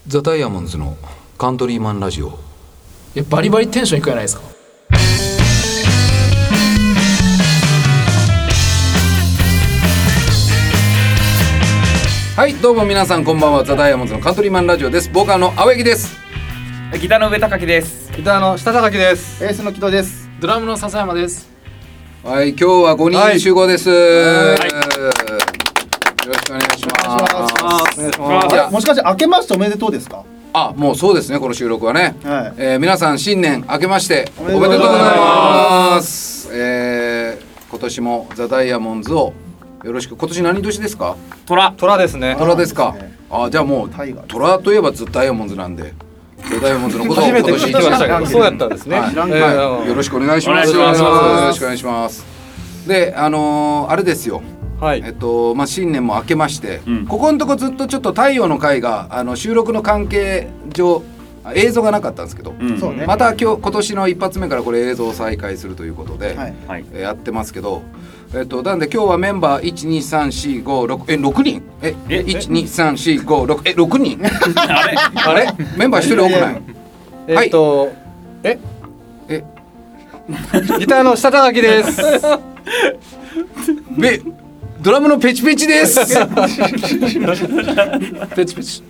ザ・ダイヤモンズのカントリーマンラジオ。 いやバリバリテンションいくじゃないですか。 はい、どうも皆さんこんばんは。ザ・ダイヤモンズのカントリーマンラジオです。ボーカルの青柳です。 ギターの上高木です。 ギターの下高木です。 エースの木戸です。 ドラムの笹山です。 はい、今日は5人集合です、よろしくお願いします。 もしかして明けましておめでとうですか？ あ、もうそうですね、この収録はね、 はい。 皆さん新年明けましておめでとうございます。今年もザ・ダイヤモンズをよろしく。今年何年ですか？ 虎ですね。 虎ですか？ ですね。 あ、じゃあもうタイガー虎といえばザ・ダイヤモンズなんで、ザ・ダイヤモンズのことを初めて今年聞きましたけど、そうやったんですね。 はいはいよろしくお願いします。 お願いしますよろしくお願いします。で、あれですよ。 はい。 新年も明けまして、 うんここのとこずっとちょっと太陽の会が収録の関係上映像がなかったんですけど、 うんそうね。 また今年の一発目からこれ映像を再開するということで、 はい。 はい。 やってますけど、なんで今日はメンバー1234566人1234566人あれメンバー一人多くない？ ギターの下高木です。 ドラムのペチペチです。 ペチペチ。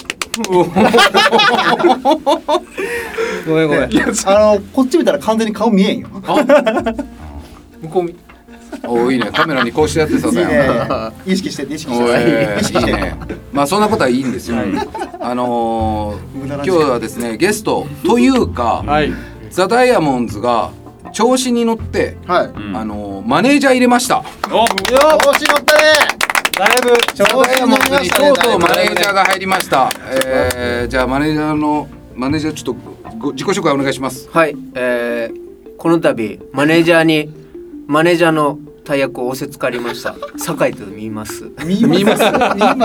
ごめん。 こっち見たら完全に顔見えんよ。 向こういいね、カメラにこうしてやってさいいね。意識して意識して意識して。 いいね。まあそんなことはいいんですよ。今日はですね、ゲストというか、 はい。 ザ・ダイヤモンズが調子に乗って、 はい。 マネージャー入れました。 お、 調子乗ったね。 だいぶ調子ダイヤモンズにとうとうマネージャーが。 が入りました。じゃあマネージャーちょっと自己紹介お願いします。 はい、この度マネージャーの大役を仰せつかりました酒井と言います。 見ます。 よ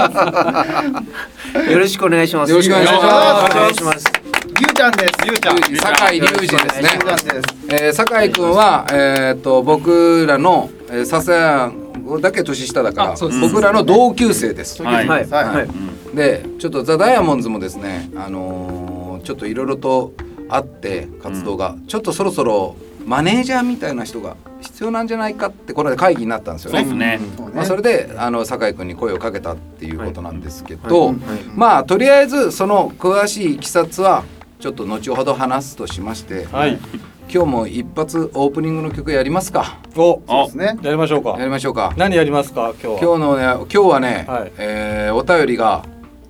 ろしくお願いします。 よろしくお願いしますお願いします。 ゆうちゃんです。 酒井隆二ですね。酒井くんは僕らの笹谷だけ年下だからそうです。 僕らの同級生です。 はいはいはい。 でちょっとザ・ダイヤモンズもですね、ちょっといろいろとあって活動が、ちょっとそろそろマネージャーみたいな人が必要なんじゃないかってこの間会議になったんですよね。 そうですね。 それで酒井君に声をかけたっていうことなんですけど、まあとりあえずその詳しいいきさつはちょっと後ほど話すとしまして、 はい。 今日も一発オープニングの曲やりますか。 お、 そうですね。 やりましょうかや。りましょうか。 何やりますか今日は。 今日はね、 はいお便りが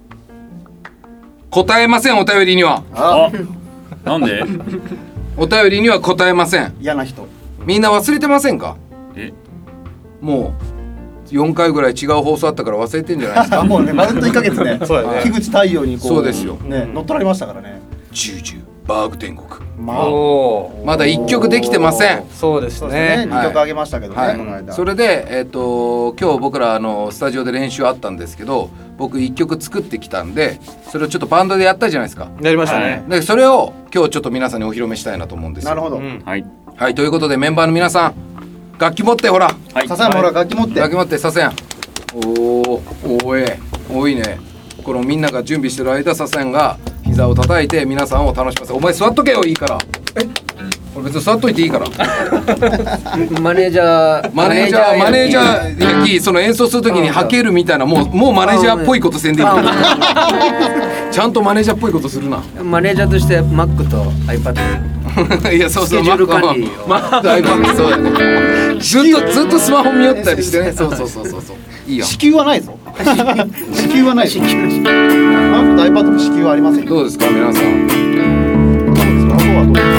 答えません。お便りにはあ、なんで？ お便りには答えません。 嫌な人。 みんな忘れてませんか？ え、 もう4回ぐらい違う放送あったから忘れてんじゃないですか。 もうね、まるっと1ヶ月ね。 そうだね樋口太陽にこう。 そうですよね、乗っ取られましたからね。 ジュージューバーグ天国、 まあ。 おー、 まだ1曲できてません。 そうですそうですね。 ね。 2曲あげましたけどはね、このい、 間。 それで、今日僕らスタジオで練習あったんですけど、僕1曲作ってきたんで、それをちょっとバンドでやったじゃないですか。 やりましたね。 でそれを今日ちょっと皆さんにお披露目したいなと思うんですよ。 なるほど。 うん。 はい。 はい、ということでメンバーの皆さん楽器持って、ほらはい。 笹山ほら楽器持って。 楽器持ってさせやん。おいいね。このみんなが準備してる間、させやんが膝を叩いて皆さんを楽しませ。お前座っとけよ、いいから。俺別に座っといていいから。 マネージャーいやその演奏するときに吐けるみたいな、もうマネージャーっぽいことせんでいい。ちゃんとマネージャーっぽいことするな。 マネージャーとして Mac と iPad いや、そうそう、 スケジュール管理を iPad そうだね。ずっとスマホ見よったりしてね。そういいよ。 支給はないぞ。支給はない。支給。マックと iPad の支給はありませんよ。 どうですか皆さん。 あとはどう？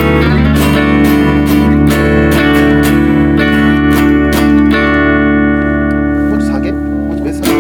もうちょっと下げ？もうちょっと別下げ？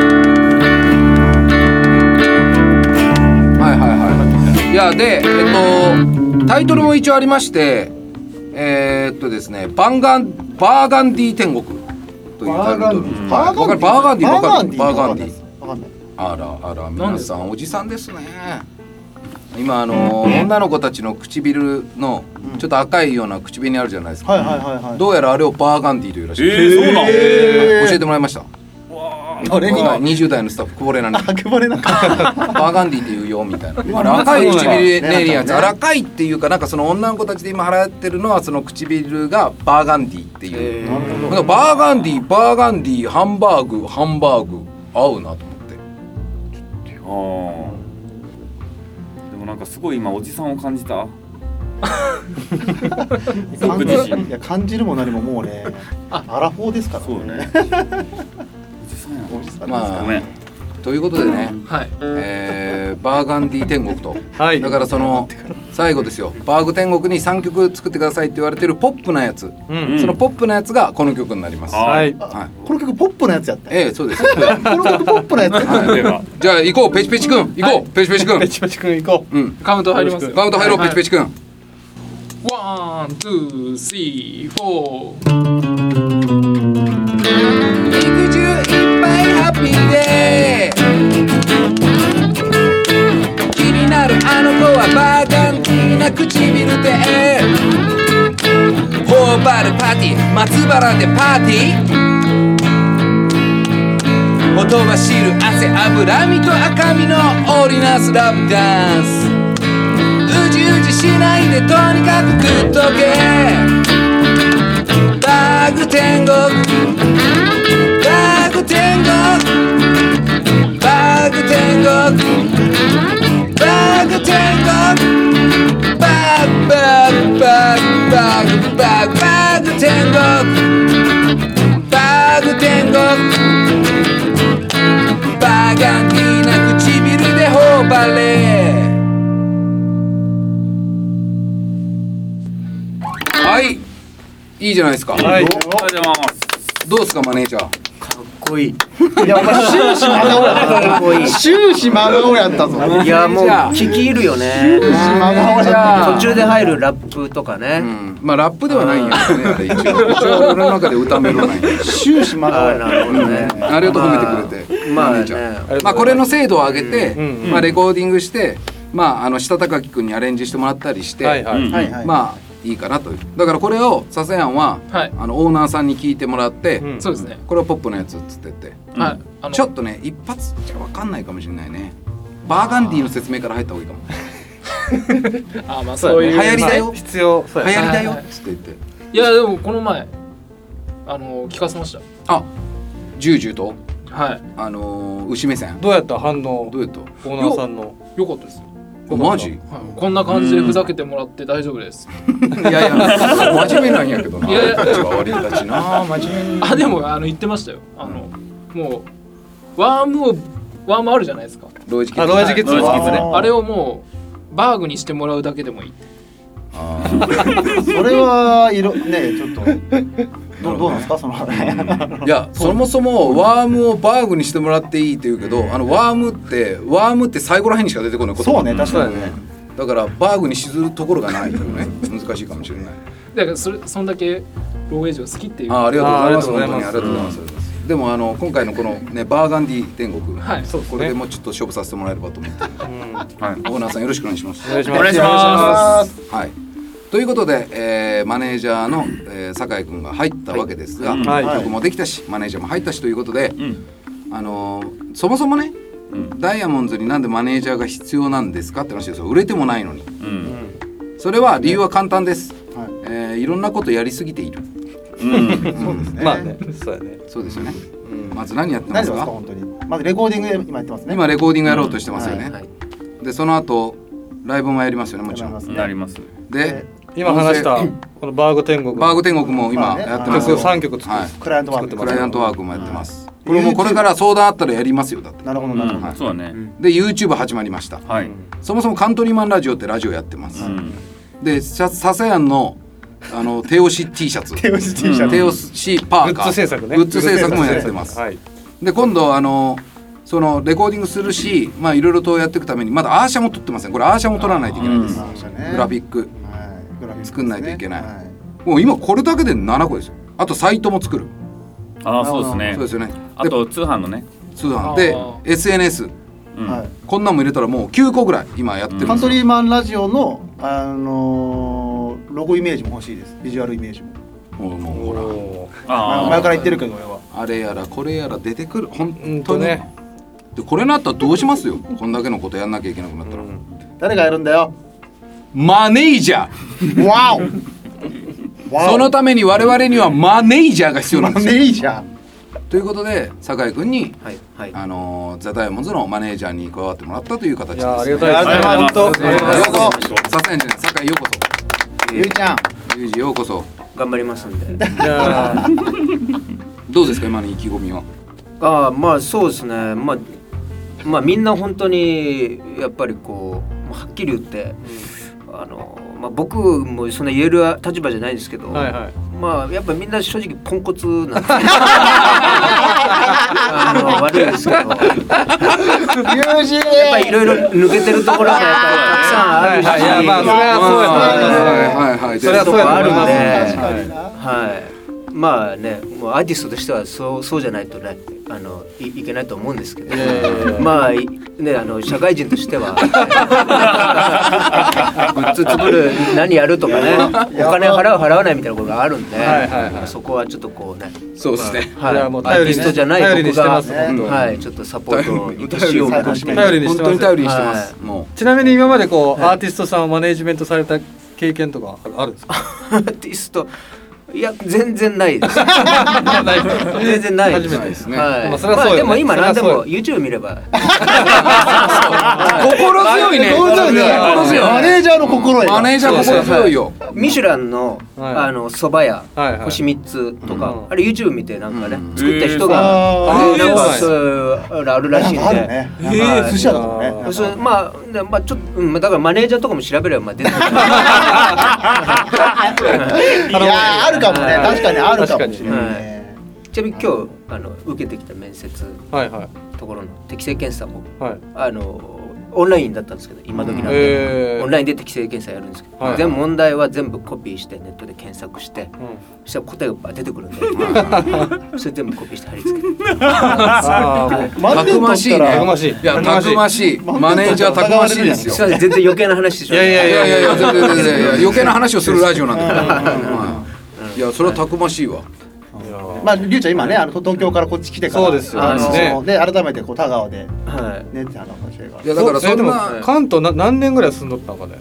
いやでタイトルも一応ありまして、ですね、バーガンディ天国というタイトル。バーガンディわかる？バーガンディ。 わかんない。 あら皆さんおじさんですね。今女の子たちの唇のちょっと赤いような口紅あるじゃないですか。 はい。 どうやらあれをバーガンディというらしい。 そうなの？ 教えてもらいました。 俺に 20代のスタッフこぼれなんであ、配れなかった。 バーガンディって言うよみたいな赤い唇ねえやつ赤いっていうかなんかその女の子たちで今流行ってるのはその唇がバーガンディっていうなんかバーガンディハンバーグ合うなと思ってでもなんかすごい今おじさんを感じた。 感じいや感じるも何ももうね、アラフォーですからね。 そうね。 おじさんですまあごめん。 ということでね、 はい。 バーガンディ天国と、 はいだからその最後ですよバーグ天国に3曲作ってくださいって言われてるポップなやつ、 うんそのポップなやつがこの曲になります。 はいはいこの曲ポップなやつやった。 そうです。 この曲ポップなやつやった。 ではじゃあ行こうペチペチくん行こう、ペチペチくんペチペチ君行こう。 うんカウント入りますよ。 カウント入ろう、ペチペチくんワン、ツー、スリー、フォー。 肉汁いっぱいハッピーで気になるあの子はバーガンディな唇で頬張るパーティー松原でパーティーほとばしる汗脂身と赤身の織りなすラブダンスうじうじしないでとにかく食っとけバーグ天国バーグ天国バーグ天国バーグ天国バーグバーグバーグバーグバーグ天国バーグ天国バーガンディな唇で頬張れはいいいじゃないですか、 はい。 ありがとうございます。 どうですかマネージャーかっこいい。 いやお前終始真顔やかっこいい。 終始真顔やったぞ。 いやもう聞き入るよね。 終始真顔やった。 途中で入るラップとかね。 まあラップではないんやけどねあれ一応俺の中で歌メロなんや終始真顔やった。 なるほどね。 ありがとう褒めてくれてまあマネージャーね。 まあこれの精度を上げて、 うんまあレコーディングしてまあ下高木くんにアレンジしてもらったりして、 はいはい。 はいはい。 まあいいかなというだからこれをサセヤンは、 はいオーナーさんに聞いてもらって、 うんそうですね。 これはポップなやつっつってって、 はい。 ちょっとね一発じゃ分かんないかもしれないねバーガンディの説明から入った方がいいかもまあそういう流行りだよ必要。そうや流行りだよはいっつって言っていやでもこの前聞かせましあジュージューとた。はい。 牛目線どうやった反応どうやったオーナーさんの。 よかったですよ。 マジはい。こんな感じでふざけてもらって大丈夫です。 いやいや真面目なんやけどないやいや俺たちは悪いたちな真面目にでも言ってましたよ。もうワームあるじゃないですか。 ロージキあロージキッズロージキッズねあれをもうバーグにしてもらうだけでもいい。 それはいろねちょっとどうなんですかその。 いやそもそもワームをバーグにしてもらっていいって言うけどワームって最後らへんにしか出てこないことそうね確かにね。 だからバーグにしずるところがないよね難しいかもしれないだからそんだけローエイジを好きっていう。 ありがとうございますあ本当にありがとうございますりがとうございますでも今回のこのねバーガンディ天国、 はいそうですねこれでもうちょっと勝負させてもらえればと思ってるうん。 はい。 オーナーさんよろしくお願いしますお願いします。 お願いします。 はいということで、マネージャーの、酒井くんが入ったわけですが、 はい曲もできたしマネージャーも入ったしということで、 うん。 そもそもねうん。 ダイヤモンドになんでマネージャーが必要なんですかって話ですよ売れてもないのにうん。 それは理由は簡単です、 はいいろんなことやりすぎているうん。 そうですね。 まあね。そうやね。 そうですよね、まず何やってま何ですかすか本当に。まずレコーディング今やってますね。 今レコーディングやろうとしてますよね、 はい。 でその後ライブもやりますよねもちろんやりますなります。 で今話したこのバーグ天国。 バーグ天国も今やってますよ、 曲3曲作はいる。 クライアントワーク作ってますクライアントワークもやってます、これもこれから相談あったらやりますよだってなるほどうなるほど。 ん。そうだね。 で YouTube 始まりましたはい。 そもそもカントリーマンラジオってラジオやってます、 うん。 でサセヤンの手押し T シャツ手押し T シャツ。 手押しパーカーグッズ制作ね。 グッズ制作もやってます、 はい。 で今度そのレコーディングするしまあいろいろとやっていくためにまだアーシャも撮ってませんこれアーシャも撮らないといけないです、 そうでしたねグラフィックはいグラフィックですね作んないといけないはいもう今これだけで7個ですよあとサイトも作るああ、そうですねそう。ですよねあと通販のね。 通販であ SNS うん。 はいこんなんも入れたらもう9個ぐらい今やってるんですよ、 カントリーマンラジオのロゴイメージも欲しいですビジュアルイメージももうほらおあ前から言ってるけど俺はあれやらこれやら出てくる本ー当にね。 でこれなったらどうしますよこんだけのことやんなきゃいけなくなったら、 誰がやるんだよマネージャーわおそのために我々にはマネージャーが必要なんマですよネージャーということで酒井君にはいはいザ・ダイヤモンドズのマネージャーに加わってもらったという形です、 いやありがありがとうございますありがとうご本当ようこそさすがにね酒井ようこゆいちゃんそゆうじようこそ頑張りますんでいやーどうですか今の意気込みはまあそうですねまあみんな本当にやっぱりこうはっきり言ってまあ、僕もそんな言える立場じゃないんですけど、 はいはい。 まあやっぱみんな正直ポンコツなんですよ悪いですけどやっぱりいろいろ抜けてるところがやっぱりたくさんあるし、 はいはいいやまあそれはそうやと思いますはいはいそれはそうやと思いますあるんでははいまあねもうアーティストとしてはそうじゃないとねいけないと思うんですけど、まあね社会人としてはグッズ作る何やるとかねお金払う払わないみたいなことがあるんで、 はいはいはいそこはちょっとこうねそうですねはいいやもうアーティストじゃない頼りに僕がしてます本当はいちょっとサポートをしようかなって頼りにしてます本当に頼りにしてます、 はいもちなみに今までこうアーティストさんをマネージメントされた経験とかあるんですか？ アーティストいや全然ないです全然ない初めてですねはいまあそれはそうよねでも今何でもそれは YouTube 見れば心強いね心強いね心強いマネージャーの心得マネージャー心強いよミシュランのはい蕎麦屋はいはい星3つとか、 うんあれ YouTube 見てなんかね、 うん作った人が、なんかそういうあるらしいんで、 あるね寿司屋だもんねそうまあちょっと、だからマネージャーとかも調べればまあ出てくるいやあるかもね確かにあるかもしれないねちなみに今日受けてきた面接はいはいところの適性検査もはい。 オンラインだったんですけど今時なんで、オンラインで適性検査やるんですけど、 はい全部問題は全部コピーしてネットで検索して、そしたら答えが出てくるんでそれ全部コピーして貼り付けてああもう満点取ったらたくましい。 いやたくましいマネージャーたくましいですよすいません全然余計な話でしょいやいやいやいやいや全然全然余計な話をするラジオなんだからいやそれはたくましいわまありゅうちゃん今ね東京からこっち来てからそうですよねで改めてこう田川ではいねって話がいやだからそんでもな関東何年ぐらい住んどったのかね。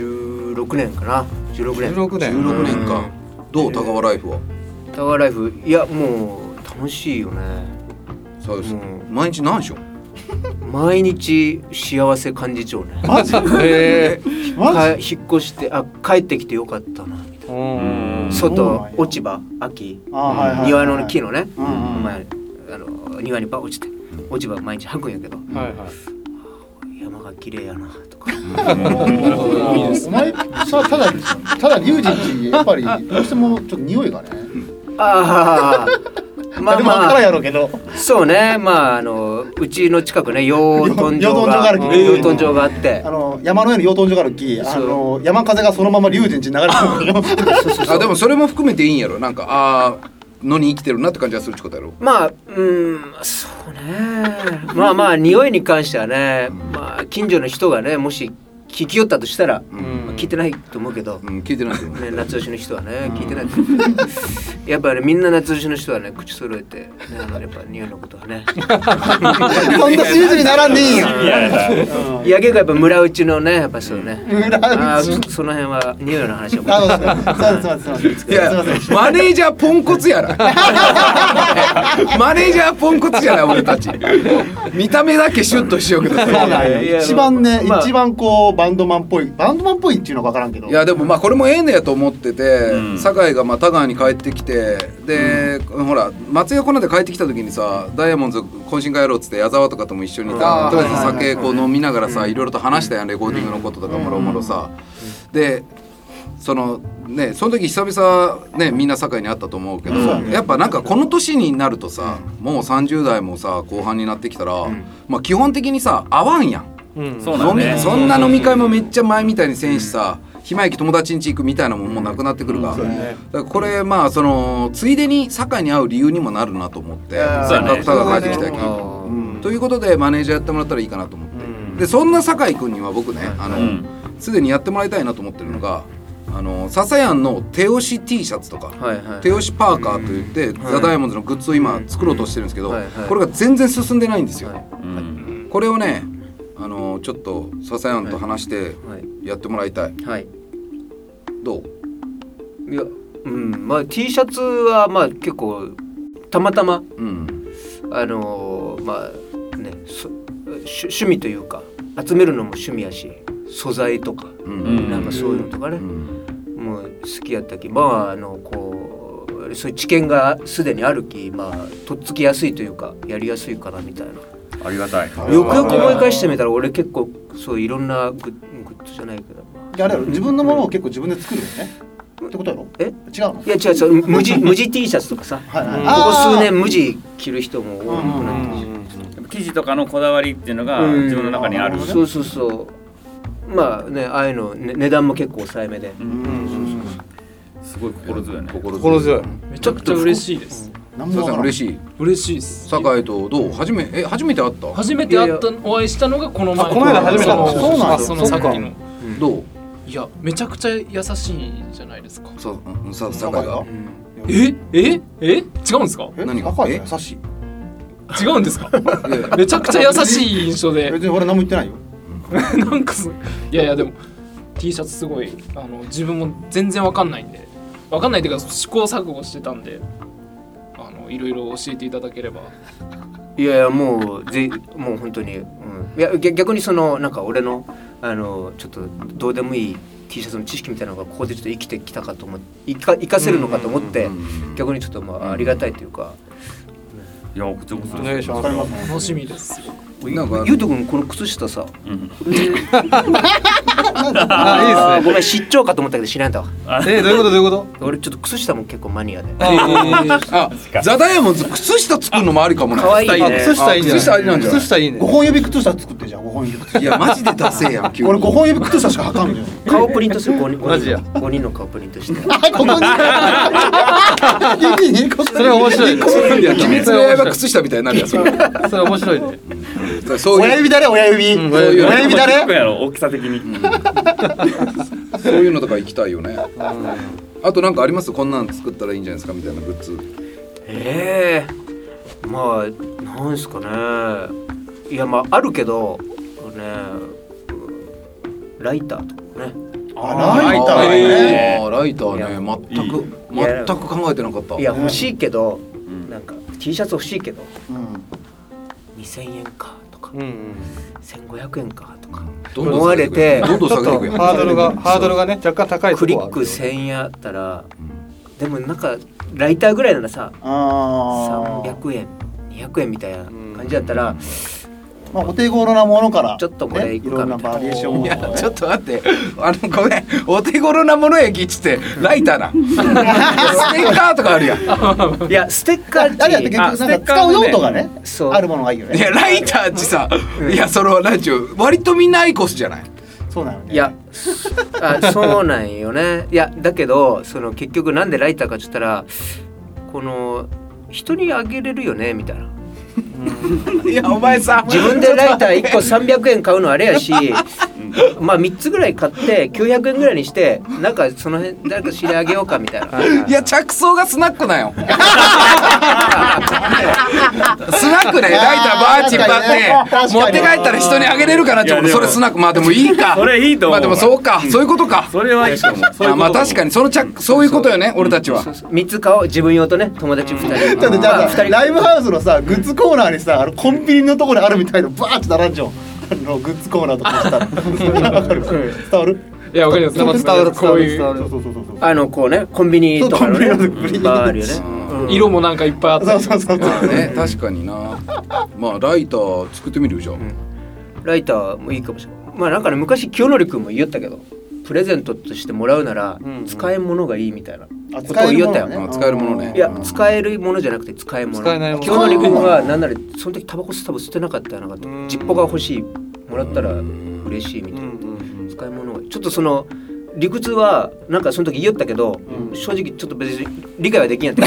16年かな16年 16年。 16年かどう田川ライフはタワーライフいやもう楽しいよねそうですうん毎日何しょ毎日幸せ感じちゃうねマジへえ。 マジ引っ越して帰ってきてよかったなみたいなそうなん外や落ち葉秋はいはい庭の木のねうんうん前庭にバ落ちて落ち葉毎日吐くんやけどはいはい。 山が綺麗やなとかお前さただリュウジンちやっぱりどうしてもちょっと匂いがねああまあでもからまやろうけどあそうねまあうちの近くね養豚場養豚場がある養豚場があって山の上に養豚場があるき山風がそのままリュウジンちに流れてるのよあでもそれも含めていいんやろなんかのに生きてるなって感じがするってことやろまあそうねまあ匂いに関してはねまあ近所の人がねもし聞きよったとしたら、聞いてないと思うけど、 聞いてないと思うね、夏年の人はね聞いてないと思うやっぱり、みんな夏年の人はね口揃えて、ね、やっぱ匂いのことはねそんなシーズンに並んでいいよいや結構やっぱ村内のねやっぱそうね村内その辺は匂いの話をそうですいやマネージャーポンコツやなマネージャーポンコツやな俺たち見た目だけシュッとしようけど一番ね、一番こうバンドマンっぽいっていうのか分からんけどいやでもまあこれもええねやと思ってて、酒井がまあ田川に帰ってきてで、ほら松井がこの間帰ってきた時にさダイヤモンド懇親会やろうっつって矢沢とかとも一緒にさとりあえず酒こう飲みながらさいろいろと話したやんレコーディングのこととかもろもろさでそのその時久々ねみんな酒井に会ったと思うけど、やっぱなんかこの年になるとさ、もう30代もさ後半になってきたら、まあ基本的にさ会わんやん、 そうだね。 そんな飲み会もめっちゃ前みたいにせんしさ、暇やき友達ん家行くみたいなもんもなくなってくるから、だからこれまあそのついでに酒井に会う理由にもなるなと思ってせっかく田川帰ってきたき、ということでマネージャーやってもらったらいいかなと思って、でそんな酒井君には僕ねすでにやってもらいたいなと思ってるのがササヤンの手押し T シャツとか、 はいはい手押しパーカーといって、ザ・ダイヤモンドのグッズを今作ろうとしてるんですけど、 はいはいこれが全然進んでないんですよ、 はいうんこれをねちょっとササヤンと話してはいやってもらいたい、 はいどう？ いやまあ T シャツはまあ結構たまたまうんまあね趣味というか集めるのも趣味やし素材とか、 うんなんかそういうのとかね、もう好きやったきこうそういう知見がすでにあるきとっつきやすいというかやりやすいかなみたいな。 ありがたい。 よくよく思い返してみたら俺結構そういろんなグッズじゃないけどいやあれやろ自分のものを結構自分で作るよねってことやろえ違うのいや違う無地 T シャツとかさはいはいここ数年無地着る人も多くなってるし生地とかのこだわりっていうのが自分の中にある。 そうそうそうああいうの、値段も結構抑えめで、 すごい心強いね。 心強い。 めちゃくちゃ嬉しいです。 ササヤン何もわからん嬉しい。 嬉しいです。 酒井とどう？初めて会った？ 初めてお会いしたのがこの前。 この間初めて会ったそうなんだそのさっきの。 どう？ いやめちゃくちゃ優しいじゃないですか。 酒井が？ え違うんですか？ 何が赤い優しい違うんですか？めちゃくちゃ優しい印象で。 別に俺何も言ってないよなんかいやでも T シャツすごい自分も全然わかんないんでっていうか試行錯誤してたんでいろいろ教えていただければ。 いやもう本当に、いや逆になんか俺のちょっとどうでもいい T シャツの知識みたいなのがここでちょっと生きてきたかと思って生かせるのかと思って逆にちょっとありがたいというか。 いやこちらこそお願いします。 楽しみです。 なんかゆうとくんこの靴下さ、 あ、いいごめん失調かと思ったけど知らんだわ。 ですね。どういうこと俺ちょっと靴下も結構マニアで。 ザ・ダイヤモンド靴下作るのもありかもね。 可愛いね。 靴下いいんじゃない？ 靴下ありなんじゃない？ 靴下いいね。 5本指靴下作ってじゃん5本指靴下いやマジでダセえやん。急に俺5本指靴下しか履かんのよ顔プリントするマジや 5人の顔プリントして。 ここに指にここそれ面白い。 いや鬼滅の刃靴下みたいになるやつ。 それ面白いね。 そういう親指誰親指うん親指結構誰やろ大きさ的に。 そういうのとか行きたいよね。あとなんかあります？こんなん作ったらいいんじゃないですかみたいなグッズ。 まあなんですかね。いやあるけどねライターとかね。 ライターねライターね全く考えてなかった。 いや欲しいけどなんか T シャツ欲しいけどうん 2000円かとかうん。 1500円かとかどんどん思われてどんどん下げていくやん。 ハードルがね若干高いとこクリックはある。 1000円やったらでもなんかライターぐらいならさあー 300円200円みたいな感じだったらまあお手頃なものからちょっとこれいくかいろんなバリエーションをいやちょっと待ってごめんお手頃なものやきっつってライターなステッカーとかあるやん。 いやステッカーあれやって結局なんか使う用途がねそうあるものがいいよねいやライターってさいやそれは何ちゅう割とみんなアイコスじゃない。 そうなのねいやそうなんよね。いやだけど結局なんでライターかって言ったら人にあげれるよねみたいな。 いやお前さ自分でライター1個300円買うのあれやしまあ3つぐらい買って900円ぐらいにしてなんかその辺誰か知り上げようかみたいな。 いや着想がスナックなんよ。スナックでライターバーチ引っ張って持って帰ったら人にあげれるかなってそれスナックまあでもいいか。 それいいと思う。 まあでもそうかそういうことか。 それはいいと思う。 あまあ確かにそういうことよね俺たちは。 3つ買おう自分用とね友達2人。 だってじゃあ 2人ライブハウスのさグッズコーナーにさコンビニのところにあるみたいなバーって並んじゃんグッズコーナーとかしたらわかる伝わるいやわかります。 伝わるこういうそうこうねコンビニとかのねそうコンビニのバーあるよね。 色もなんかいっぱいあって。 そうまあね確かにな。まあライター作ってみるじゃん。 ライターもいいかもしれない。まあなんかね昔清則君も言ったけどプレゼントとしてもらうなら使えるものがいいみたいなことを言ったよ。 あ使えるものね。 いや使えるものじゃなくて使えるもの。 使えないもの清則君はなんならその時タバコ多分吸ってなかったよなかった。ジッポが欲しいもらったら嬉しいみたいな。使い物がちょっと理屈はなんかその時言ったけど、正直ちょっと別に理解はできんやった。 じ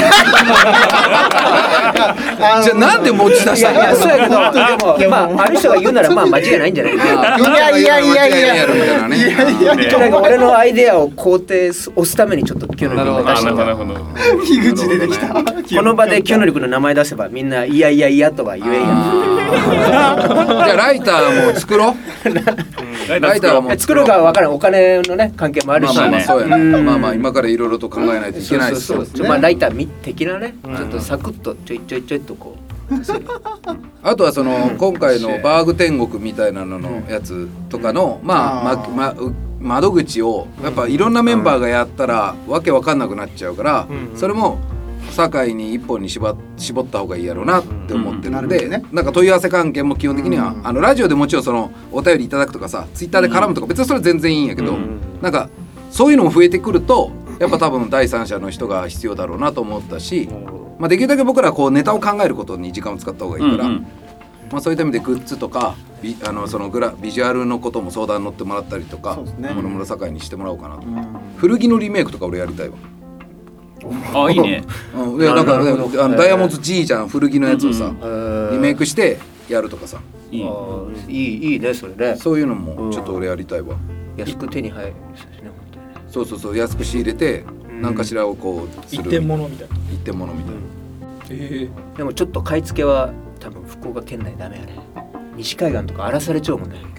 ゃあなんで持ち出したの？ いやそうやけど、でもまあある人が言うならまあ間違いないんじゃないかな。 いやなんか俺のアイデアを肯定押すためにちょっと清則君が出した。 なるほど。 樋口出てきた。 この場で清則君の名前出せばみんないやいやいやとは言えんやん。 じゃあライターも作ろう。ライターはもう作るかは分からん、お金のね関係もあるし、 まあまあそうやね。まあまあ今からいろいろと考えないといけないですよ。 まあライター的なね、ちょっとサクッとちょいっとこう。 あとはその今回のバーグ天国みたいなののやつとかの窓口をやっぱいろんなメンバーがやったらわけわかんなくなっちゃうから、それも堺に一本に絞った方がいいやろうなって思ってるんで、なんか問い合わせ関係も基本的にはラジオでもちろんそのお便りいただくとかさ、ツイッターで絡むとか別にそれ全然いいんやけど、なんかそういうのも増えてくるとやっぱ多分第三者の人が必要だろうなと思ったし、まあできるだけ僕らはこうネタを考えることに時間を使った方がいいから、まあそういった意味でグッズとかそのビジュアルのことも相談乗ってもらったりとか、もろもろ堺にしてもらおうかなと。古着のリメイクとか俺やりたいわ。 あ、いいね。 いやなんかダイヤモンド G じゃん、古着のやつをさリメイクしてやるとかさ、 いいねそれね。 そういうのもちょっと俺やりたいわ。 安く手に入るしね、 そう安く仕入れて何かしらをこうする一点物みたいな。 一点物みたいな。 でもちょっと買い付けは多分福岡県内ダメやね。西海岸とか荒らされちゃうもんね。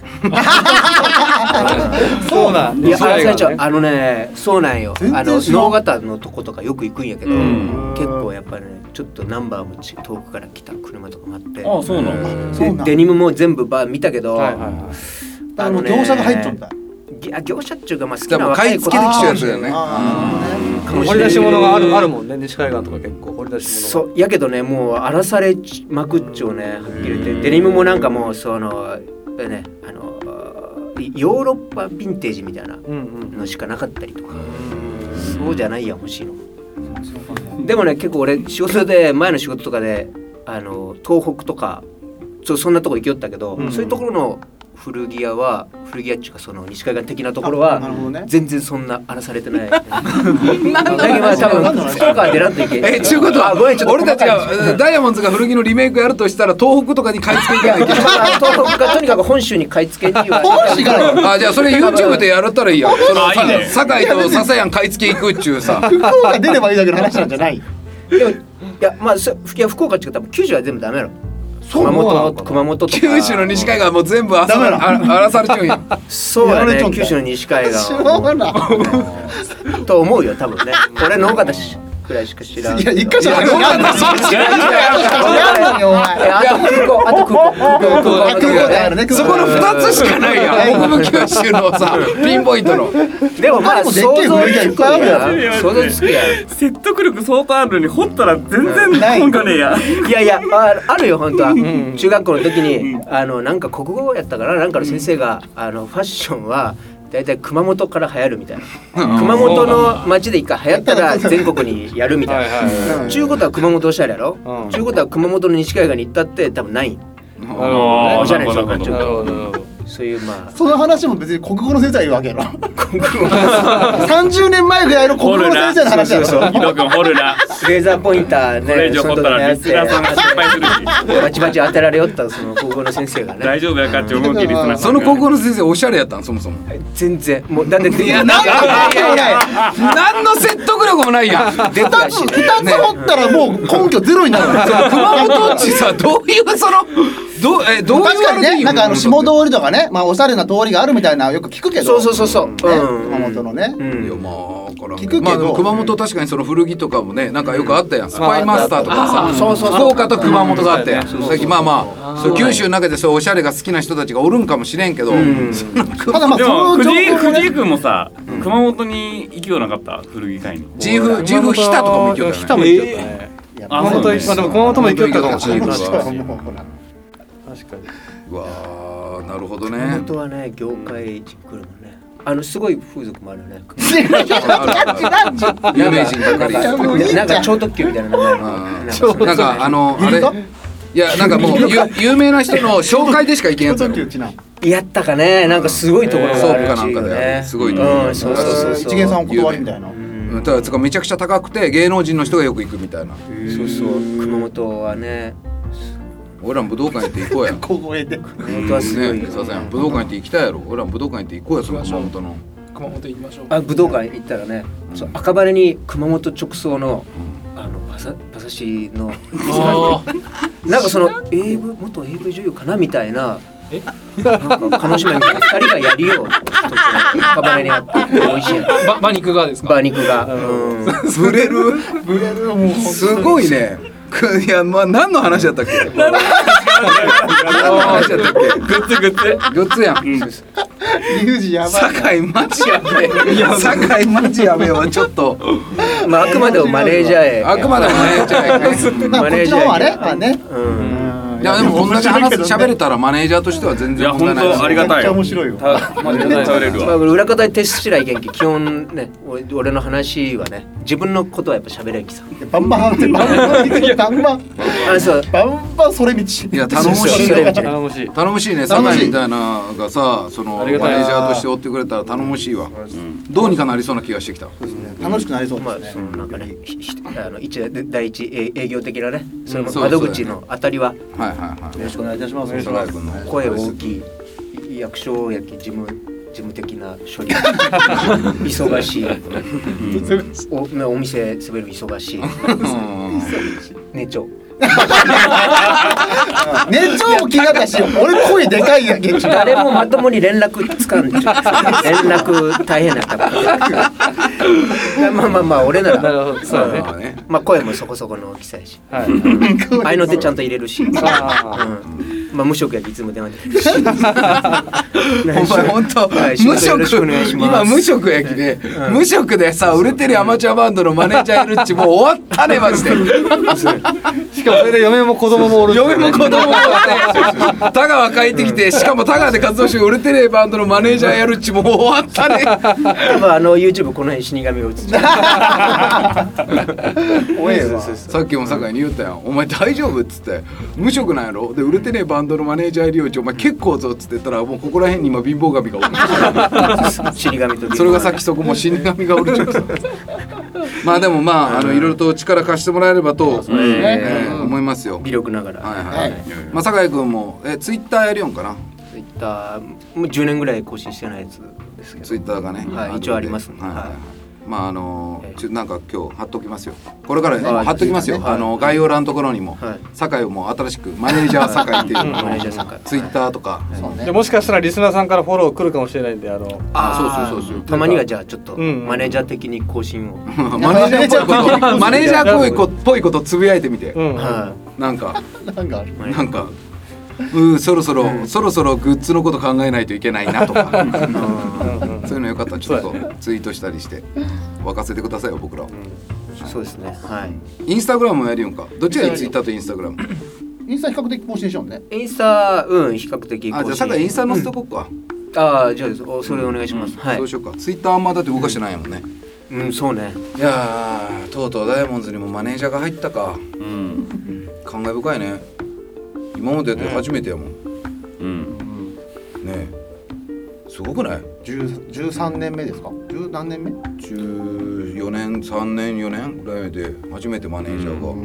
そうなん。 いや荒らされちゃう。そうなんよ。能形のとことかよく行くんやけど、結構やっぱりね、ちょっとナンバーも遠くから来た車とかもあって。 あ、そうなの。 デニムも全部見たけど、 業者が入っちゃうんだ。 業者っちゅうかまあ好きでもな若い子買い付けできちゃうやつだよね。 掘り出し物があるもんね、西海岸とか結構掘り出し物が。 そうやけどね、もう荒らされまくっちゃうね、はっきり言って。デニムもなんかもうそのね、ヨーロッパヴィンテージみたいなのしかなかったりとか、そうじゃないや欲しいの。でもね、結構俺仕事で前の仕事とかで東北とかそんなとこ行きよったけど、そういうところの古着屋っていうかその西海岸的なところは全然そんな荒らされてない。だけどまあ多分福岡は出らんといけん。 ちゅうことは俺たちがダイヤモンドが古着のリメイクやるとしたら東北とかに買い付け行かないといけない。 東北がとにかく本州に買い付けには。 本州からじゃあそれ YouTube でやったらいいやん。堺と笹谷買い付け行くっちゅうさ。 福岡出ればいいだけの話なんじゃない。 でもいやまあ福岡っていうか多分九州は全部ダメやろ。熊本とか九州の西海岸はもう全部荒らされちゃうんや。 そうやね、九州の西海岸と思うよ多分ね。俺農家だしくらいしか知らん。 いや一箇所あるよ。 あと空港であるね。 そこの2つしかないやん。北部九州のさピンポイントの。 でもまあ想像つくやん。想像つくやん。 説得力相当あるのに掘ったら全然本がねえや。 いやあるよ本当は。中学校の時になんか国語やったからなんかの先生がファッションはだいたい熊本から流行るみたいな。熊本の町で一回流行ったら全国にやるみたいな。中ことは熊本おしゃれやろ。中ことは熊本の西海岸に行ったって多分ない。おしゃれにしようかちょっと。そういうまあその話も別に国語の先生は言うわけやろ。30年前ぐらいの国語の先生の話やろ。 ヒロ君掘るな。 レーザーポインターね、 これ以上掘ったらリスナーさんが心配するし。 バチバチ当てられよったその国語の先生がね。 大丈夫やかって思うけどリスナーさんが。 その高校の先生おしゃれやったんそもそも。 全然もうだって何の説得力もないやん。 2つ掘ったらもう根拠ゼロになる。 熊本っちさどういうそのどういう確かにね、なんか下通りとかね、まあおしゃれな通りがあるみたいなよく聞くけど。 そう。 熊本のね。 いやまあ聞くけど、 まあ熊本確かにその古着とかもねなんかよくあったやん。スパイマスターとかさ、 そう福岡と熊本があって、まあそう九州の中でそうおしゃれが好きな人たちがおるんかもしれんけど、 ただまあでもその情報も藤井君もさ熊本に行くようなかった古着買いに。 ジーフ日田とかも行きよった日田も行きよったね。 あ熊本まあでも熊本も行きよったかもしれない。 熊確か本に。 うわーなるほど熊ね。 本はね業界来るもんね。すごい風俗もあるね。 有名人ばかり。 なんか超特急みたいな名前の。 なんかあれいやなんかもう有名な人の紹介でしか行けんやつやろ。 やったかね、なんかすごいところソがあるープかなんかですごいところ、 そうそうそうそう。 一元さんお断りみたいな。 だからつかめちゃくちゃ高くて芸能人の人がよく行くみたいな。 そうそう熊本はね。 俺らも武道館行って行こうや。 小声で。 熊本はすごい。 ね、さすがに武道館行って行きたいやろ。俺らも武道館行って行こうや、その熊本の。 熊本行きましょう。 武道館行ったらね、そう赤羽に熊本直送の馬刺しのなんかその元 AV 女優かなみたいな。なんか鹿児島みたいな2人がやるよ赤羽にあって美味しい。 馬肉がですか？ 馬肉が。 ブレるもうすごいね。いや、まあ何の話だったっけ？何の話だったっけ？グッズやん。 リュウジやばい。 酒井マジやべえ。酒井マジやべえわ、ちょっと。 まああくまでもマネージャーへ。 あくまでもマネージャーやね。 まあこっちの方はね、まあね。 いやでもこんだけ喋れたらマネージャーとしては全いや本然問題ない。 当ありがたいめっちゃ面白いよ。 マジで頼れるまあ、 わ。 裏方で徹しないけんけ基本ね俺の話はね自分のことはやっぱ喋れんきさバンバンバンバンそうバンバンそれ道。 いや頼もしいよ。 それ道頼もしい。 頼もしいね。酒井みたいなのがさ、そのマネージありがたいャーとして追ってくれたら頼もしいわ。どうにかなりそうな気がしてきた。 楽しくなりそうまあですね。 そのなんかね第一営業的なねそのそう窓口の当たりははいはいはい。 よろしくお願いいたします。 酒井君の声大きい役所やき事務的な処理忙しいお店滑る忙しいねちょね超も気になったし、俺声でかいやけん。 誰もまともに連絡つかんで連絡大変だったからまあ俺ななるらほど。そうだね。 まあね。 まあ声もそこそこの大きさやしはい。 合いの手ちゃんと入れるしあまあ無職やきいつも電話できるしお前本当はい無職よろしくお願いします今無職やきで無職でさ売れてるアマチュアバンドのマネージャーいるっちもう終わったねマジで。 しかもそれで嫁も子供もおる。 嫁も子供もおって田川帰ってきてしかも田川で活動して売れてるバンドのマネージャーやるっちもう終わったね。 多分YouTube この辺死神が映ってるおえわ。 さっきも酒井に言ったやん。お前大丈夫っつって無職なんやろで売れてねえバンドのマネージャーいるよお前結構ぞっつって言ったらもうここら辺に今貧乏神がおる。 死神とそれがさっきそこも死神がおるちゃう。まあでもまあいろいろと力貸してもらえればと思いますよ。 微力ながらはいはい。まあ酒井君もツイッターやるよんかな。 Twitter もう10年ぐらい更新してないやつですけどツイッターがね。 はい一応ありますねはいはいはい。 はいまあなんか今日貼っときますよ。これからあ貼っときますよ。 はい概要欄のところにもはい酒井をもう新しくマネージャー酒井っていうのマネージャー酒井ツイッターとか。 そうねでもしかしたらリスナーさんからフォロー来るかもしれないんでそうそうたまにはじゃあちょっとうんマネージャー的に更新をマネージャーっぽいことマネージャーっぽいことつぶやいてみて。 うん。 はなんかなんかある。 いなんか。そろそろグッズのこと考えないといけないなとかそういうのよかったらちょっとツイートしたりして沸かせてくださいよ僕らを。 そうですねはいインスタグラムもやるよんか。どっちがいいツイッターとインスタグラム。 インスタ比較的更新しようね。 インスタ比較的あじゃあ酒井インスタ載せとこっか。 じゃあそれお願いしますはいそうしようか。ツイッターあんまだって動かしてないもんね。 そうねいやーとうとうダイヤモンドにもマネージャーが入ったか。 うん感慨深いね。今までで初めてやもんね。 うんすごくない 13年目ですか。10何年目 ？14年3年4年ぐらいで初めてマネージャーが、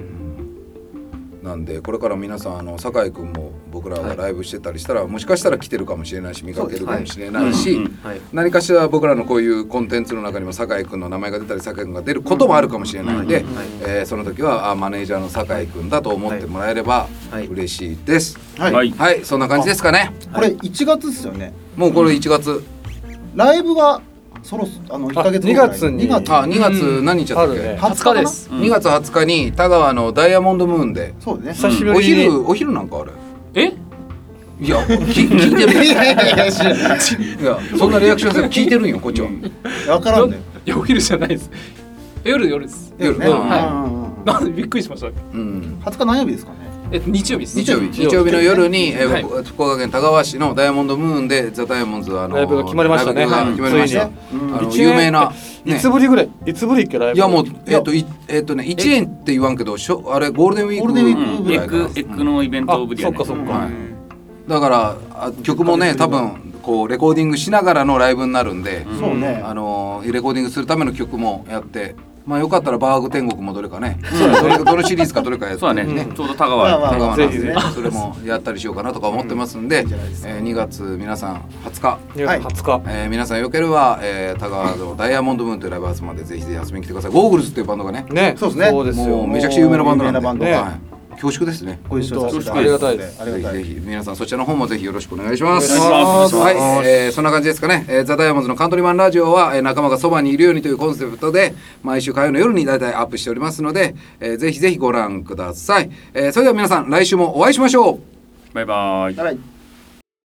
なんでこれから皆さん酒井君も僕らがライブしてたりしたら、もしかしたら来てるかもしれないし見かけるかもしれないし、 はい何かしら僕らのこういうコンテンツの中にも酒井君の名前が出たり酒井君が出ることもあるかもしれないので、その時はマネージャーの酒井君だと思ってもらえればはい嬉しいです。 はい、 はいはい、そんな感じですかね。 これ1月ですよね。 もうこれ1月、 ライブが1ヶ月後ぐらい 2月に 2月 2月何日だったっけ？ あるね 20 20日です 2月20日に田川のダイヤモンドムーンでそうね。 久しぶりに。 お昼なんかあれえいや聞いてるいやいやいや知らないいやそんなリアクションせず聞いてるんよこっちは分からんね。 いやお昼じゃないです夜です夜ね。 はいなんでびっくりしましたうん 20日何曜日ですかね。 日曜日です日曜日の夜にはい福岡県田川市のダイヤモンドムーンでザ・ダイヤモンドズライブが決まりましたねライブが決まりましたついに有名ないつぶりぐらいいつぶりっけライブ。 いやもう1年って言わんけどあれゴールデンウィークゴールデンウィークぐらいかなエッグのイベントぶりやねあそっかそっかはいだから曲もね多分こうレコーディングしながらのライブになるんで、 そうね。 レコーディングするための曲もやって、まあよかったらバーグ天国もどれかね、どのシリーズかどれかやってそうだね、ちょうど田川まあ香川なんでぜひねそれもやったりしようかなとか思ってますんで、2月皆さん20日、 20日、 皆さんよければ、田川のダイヤモンドムーンというライブハウスまでぜひぜひ遊びに来てください。ゴーグルズっていうバンドがね、 ね、 そうですねそうですよ。 もうめちゃくちゃ有名なバンドなんで、 有名なバンドねはい恐縮ですね。 ご一緒させてありがたいですありがたい。 ぜひぜひ皆さんそちらの方もぜひよろしくお願いします。 お願いしますはい、そんな感じですかね。ザ・ダイヤモンドのカントリーマンラジオは、仲間がそばにいるようにというコンセプトで毎週火曜の夜に大体アップしておりますので、ぜひぜひご覧ください。それでは皆さん来週もお会いしましょう。 バイバイ。 はい。